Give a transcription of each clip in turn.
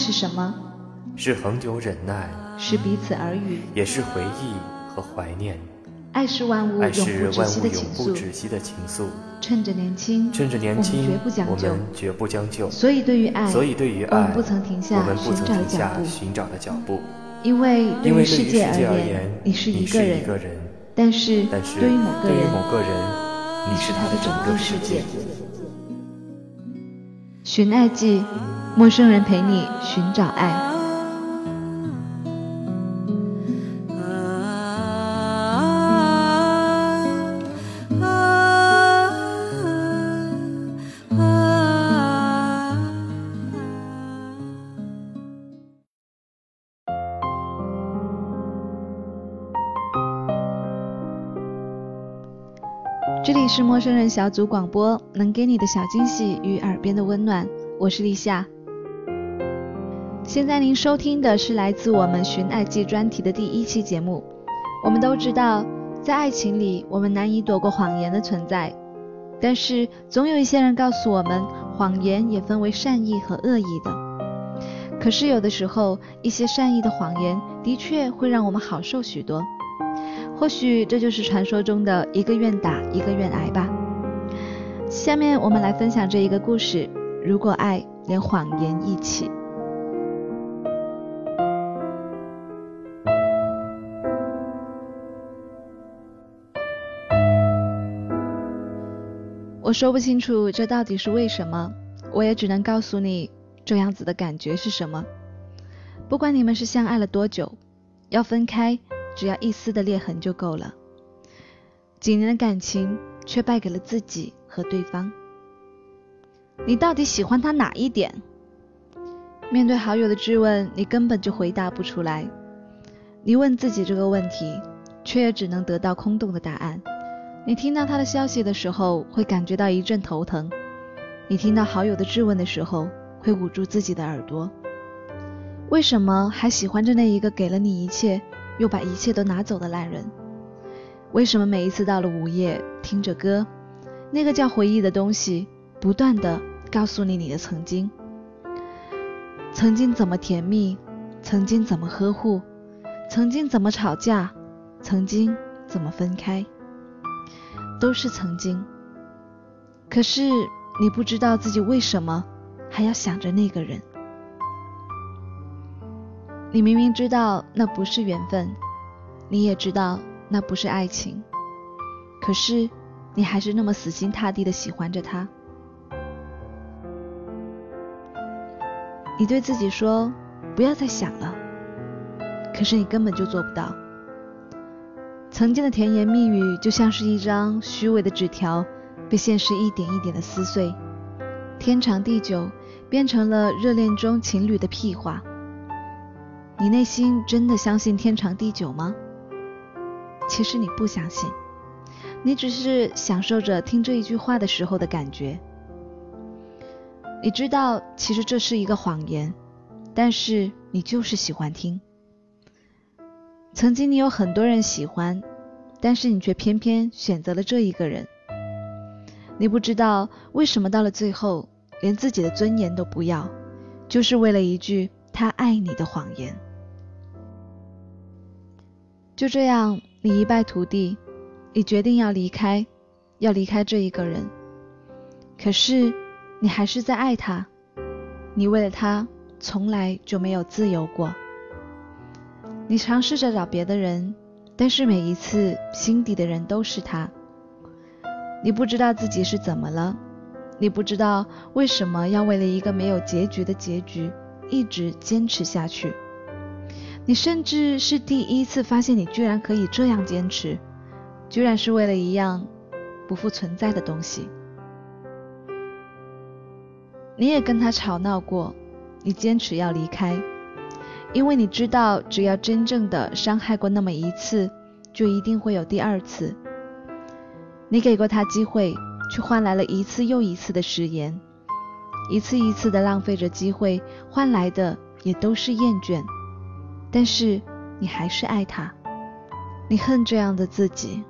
是什么？ 是恒久忍耐， 是彼此耳语， 也是回忆和怀念。 爱是万物永不止息的情愫。 趁着年轻， 我们绝不将就。 所以对于爱，我们不曾停下寻找的脚步。 因为对于世界而言，你是一个人，但是对于某个人，你是他的整个世界。寻爱记，陌生人陪你寻找爱。这里是陌生人小组广播，能给你的小惊喜与耳边的温暖，我是立夏。现在您收听的是来自我们寻爱记专题的第1期节目。我们都知道，在爱情里我们难以躲过谎言的存在，但是总有一些人告诉我们，谎言也分为善意和恶意的。可是有的时候，一些善意的谎言的确会让我们好受许多。或许这就是传说中的一个愿打一个愿挨吧。下面我们来分享这一个故事，如果爱连谎言一起。我说不清楚这到底是为什么，我也只能告诉你这样子的感觉是什么。不管你们是相爱了多久，要分开只要一丝的裂痕就够了。几年的感情却败给了自己和对方。你到底喜欢他哪一点？面对好友的质问，你根本就回答不出来。你问自己这个问题，却也只能得到空洞的答案。你听到他的消息的时候，会感觉到一阵头疼。你听到好友的质问的时候，会捂住自己的耳朵。为什么还喜欢着那一个给了你一切又把一切都拿走的烂人？为什么每一次到了午夜，听着歌，那个叫回忆的东西不断地告诉你的曾经？曾经怎么甜蜜，曾经怎么呵护，曾经怎么吵架，曾经怎么分开，都是曾经。可是你不知道自己为什么还要想着那个人。你明明知道那不是缘分，你也知道那不是爱情，可是你还是那么死心塌地地喜欢着他。你对自己说不要再想了，可是你根本就做不到。曾经的甜言蜜语就像是一张虚伪的纸条，被现实一点一点的撕碎，天长地久变成了热恋中情侣的屁话。你内心真的相信天长地久吗？其实你不相信，你只是享受着听这一句话的时候的感觉。你知道其实这是一个谎言，但是你就是喜欢听。曾经你有很多人喜欢，但是你却偏偏选择了这一个人。你不知道为什么到了最后连自己的尊严都不要，就是为了一句他爱你的谎言。就这样，你一败涂地，你决定要离开这一个人。可是你还是在爱他，你为了他从来就没有自由过。你尝试着找别的人，但是每一次心底的人都是他。你不知道自己是怎么了，你不知道为什么要为了一个没有结局的结局一直坚持下去。你甚至是第一次发现你居然可以这样坚持，居然是为了一样不复存在的东西。你也跟他吵闹过，你坚持要离开，因为你知道只要真正的伤害过那么一次，就一定会有第二次。你给过他机会，却换来了一次又一次的食言，一次一次的浪费着机会，换来的也都是厌倦。但是你还是爱他，你恨这样的自己。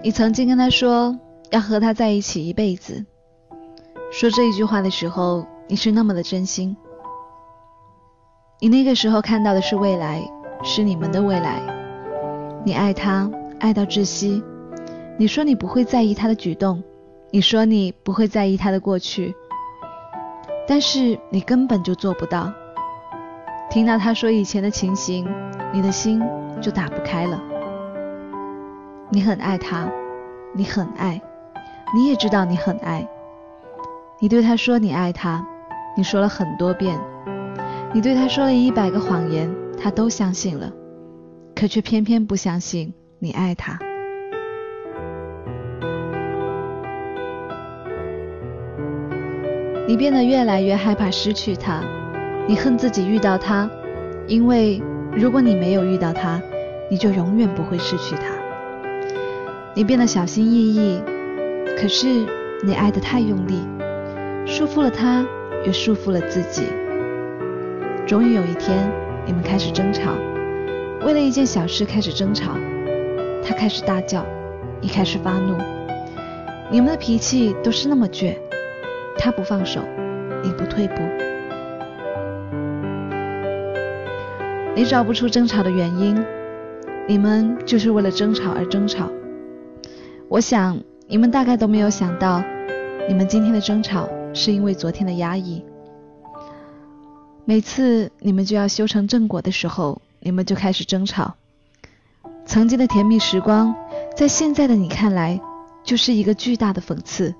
你曾经跟他说要和他在一起一辈子，说这一句话的时候，你是那么的真心。你那个时候看到的是未来，是你们的未来。你爱他，爱到窒息。你说你不会在意他的举动，你说你不会在意他的过去，但是你根本就做不到。听到他说以前的情形，你的心就打不开了。你很爱他，你很爱，你也知道你很爱。你对他说你爱他，你说了很多遍，你对他说了100个谎言，他都相信了，可却偏偏不相信你爱他。你变得越来越害怕失去他，你恨自己遇到他，因为如果你没有遇到他，你就永远不会失去他。你变得小心翼翼，可是你爱得太用力，束缚了他，也束缚了自己。终于有一天，你们开始争吵，为了一件小事开始争吵，他开始大叫，你开始发怒，你们的脾气都是那么倔，他不放手，你不退步。你找不出争吵的原因，你们就是为了争吵而争吵。我想你们大概都没有想到，你们今天的争吵是因为昨天的压抑。每次你们就要修成正果的时候，你们就开始争吵。曾经的甜蜜时光，在现在的你看来，就是一个巨大的讽刺。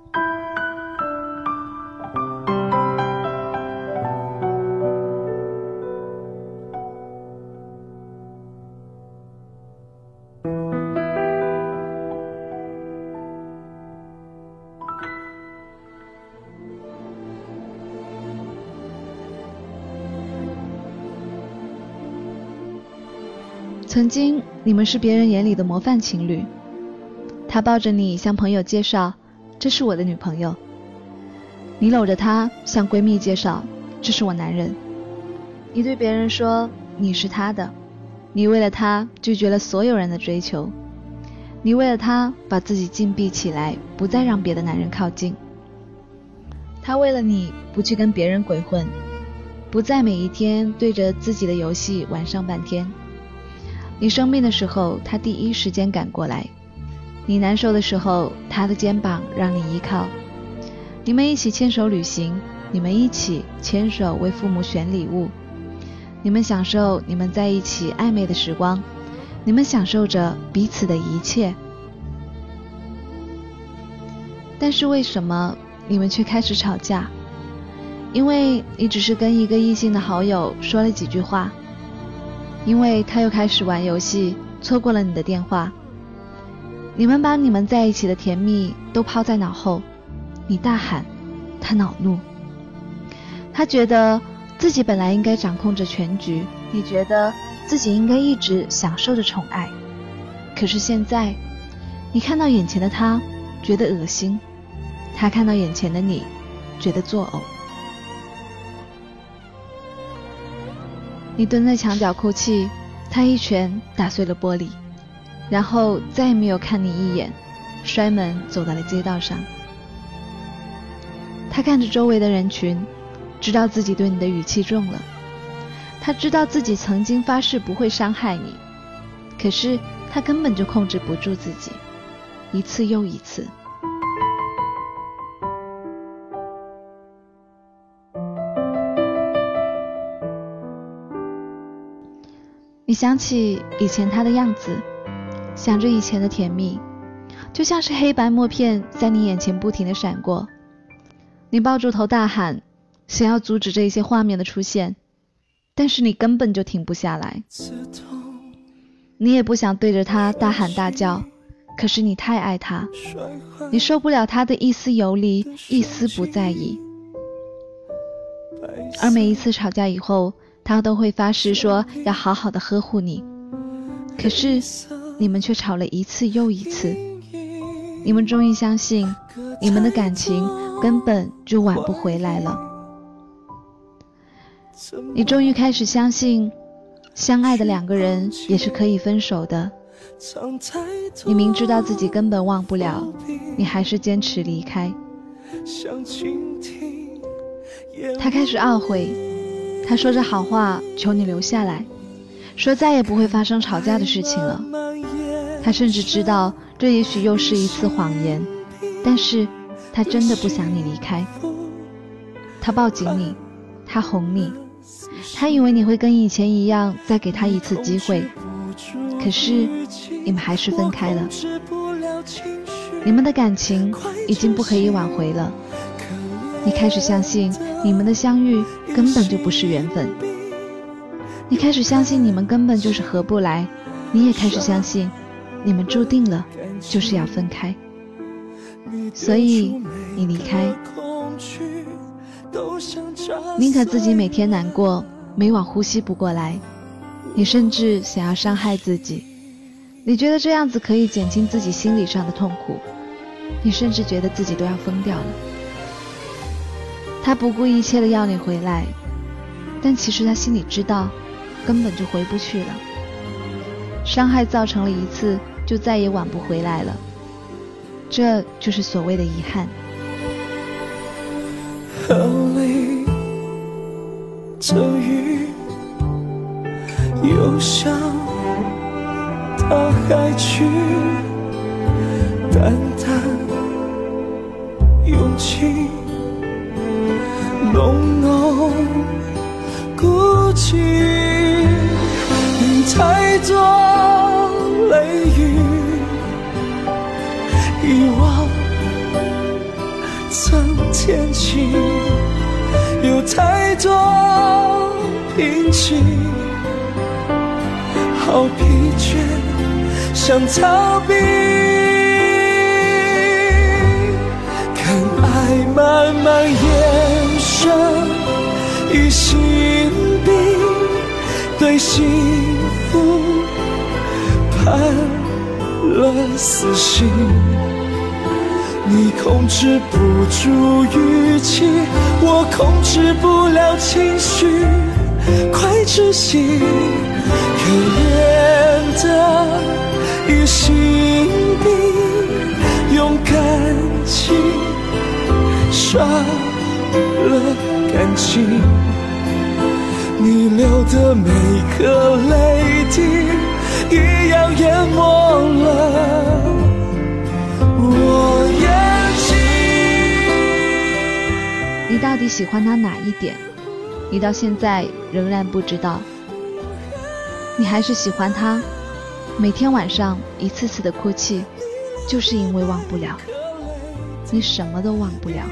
曾经你们是别人眼里的模范情侣，他抱着你向朋友介绍，这是我的女朋友。你搂着她向闺蜜介绍，这是我男人。你对别人说你是他的，你为了他拒绝了所有人的追求，你为了他把自己禁闭起来，不再让别的男人靠近。他为了你不去跟别人鬼混，不再每一天对着自己的游戏玩上半天。你生病的时候，他第一时间赶过来；你难受的时候，他的肩膀让你依靠。你们一起牵手旅行，你们一起牵手为父母选礼物，你们享受你们在一起暧昧的时光，你们享受着彼此的一切。但是为什么你们却开始吵架？因为你只是跟一个异性的好友说了几句话，因为他又开始玩游戏，错过了你的电话。你们把你们在一起的甜蜜都抛在脑后，你大喊，他恼怒。他觉得自己本来应该掌控着全局，你觉得自己应该一直享受着宠爱。可是现在，你看到眼前的他，觉得恶心；他看到眼前的你，觉得作呕。你蹲在墙角哭泣，他一拳打碎了玻璃，然后再也没有看你一眼，摔门走到了街道上。他看着周围的人群，知道自己对你的语气重了，他知道自己曾经发誓不会伤害你，可是他根本就控制不住自己，一次又一次。你想起以前他的样子，想着以前的甜蜜，就像是黑白默片在你眼前不停地闪过。你抱住头大喊，想要阻止这些画面的出现，但是你根本就停不下来。你也不想对着他大喊大叫，可是你太爱他，你受不了他的一丝游离，一丝不在意。而每一次吵架以后，他都会发誓说要好好的呵护你，可是你们却吵了一次又一次。你们终于相信，你们的感情根本就挽不回来了。你终于开始相信，相爱的两个人也是可以分手的， 你明知道自己根本忘不了，你还是坚持离开。他开始懊悔，他说着好话求你留下来，说再也不会发生吵架的事情了。他甚至知道这也许又是一次谎言，但是他真的不想你离开。他抱紧你，他哄你，他以为你会跟以前一样再给他一次机会，可是你们还是分开了。你们的感情已经不可以挽回了。你开始相信你们的相遇根本就不是缘分，你开始相信你们根本就是合不来，你也开始相信你们注定了就是要分开，所以你离开，宁可自己每天难过，每晚呼吸不过来，你甚至想要伤害自己，你觉得这样子可以减轻自己心理上的痛苦，你甚至觉得自己都要疯掉了。他不顾一切的要你回来，但其实他心里知道根本就回不去了，伤害造成了一次就再也挽不回来了，这就是所谓的遗憾。 河里的雨游向大海去，淡淡勇气，浓浓孤寂，太多泪雨，遗忘曾天起，有太多平静，好疲倦，想逃避，看爱慢慢延伸，一心病对幸福判了死刑，你控制不住语气，我控制不了情绪，快窒息，可怜的一心病，用感情杀了感情，你流的每颗泪滴一样淹没了我眼睛。 你到底喜欢他哪一点？你到现在仍然不知道。你还是喜欢他，每天晚上一次次的哭泣，就是因为忘不了。你什么都忘不了。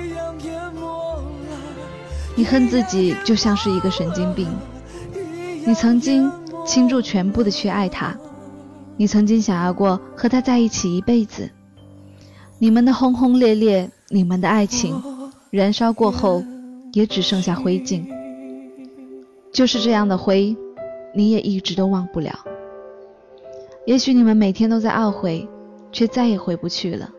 你恨自己就像是一个神经病。你曾经倾注全部的去爱他，你曾经想要过和他在一起一辈子。你们的轰轰烈烈，你们的爱情燃烧过后也只剩下灰烬，就是这样的灰，你也一直都忘不了。也许你们每天都在懊悔，却再也回不去了。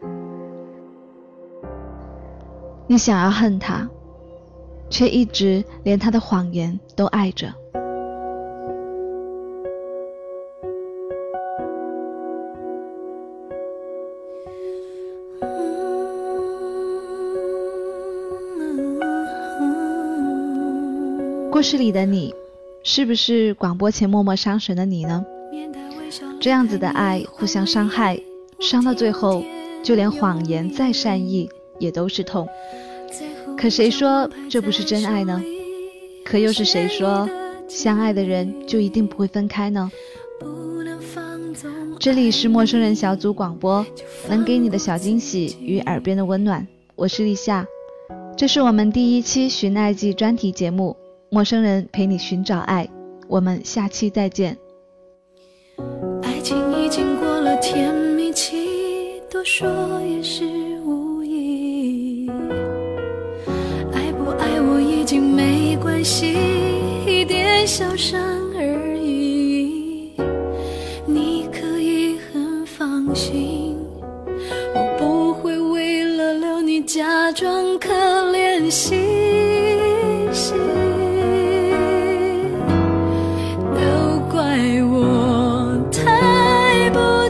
你想要恨他，却一直连他的谎言都爱着。故事里的你，是不是广播前默默伤神的你呢？这样子的爱互相伤害，伤到最后，就连谎言再善意也都是痛。可谁说这不是真爱呢？可又是谁说相爱的人就一定不会分开呢？这里是陌生人小组广播，能给你的小惊喜与耳边的温暖，我是立夏。这是我们第1期寻爱记专题节目，陌生人陪你寻找爱，我们下期再见。 爱情已经过了甜蜜期，多说也是无益，爱不爱我已经没关系，一点小伤而已，你可以很放心，我不会为了留你假装可怜兮兮，都怪我太不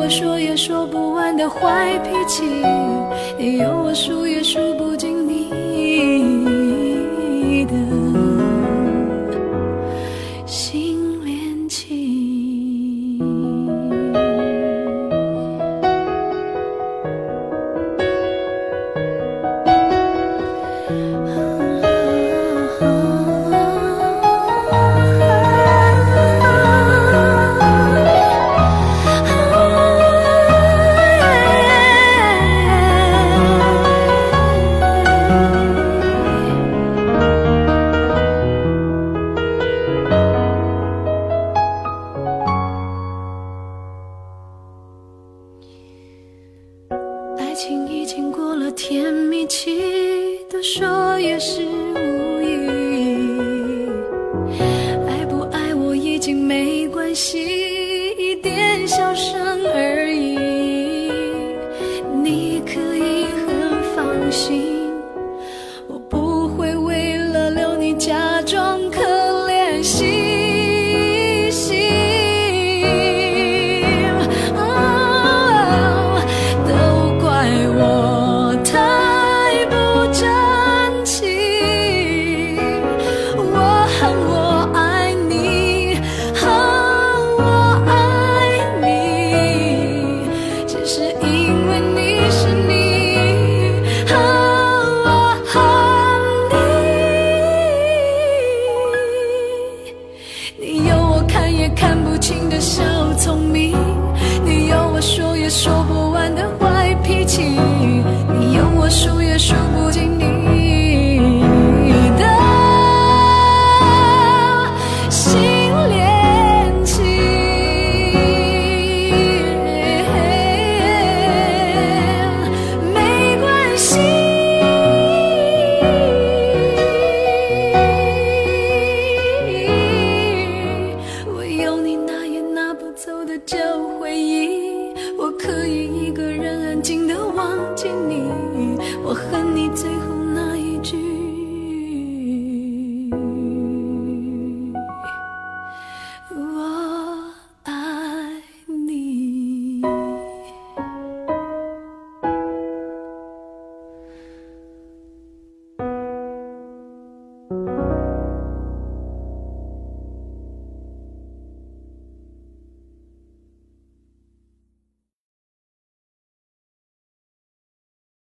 我说也说不完的坏脾气，你有我数也数不尽你的新恋情。爱情已经过了甜蜜期，多说也是无益。爱不爱我已经没关系，一点小伤而已。你可以很放心，我不会为了留你假装可怜兮。看不清的小聪明，你要我说也说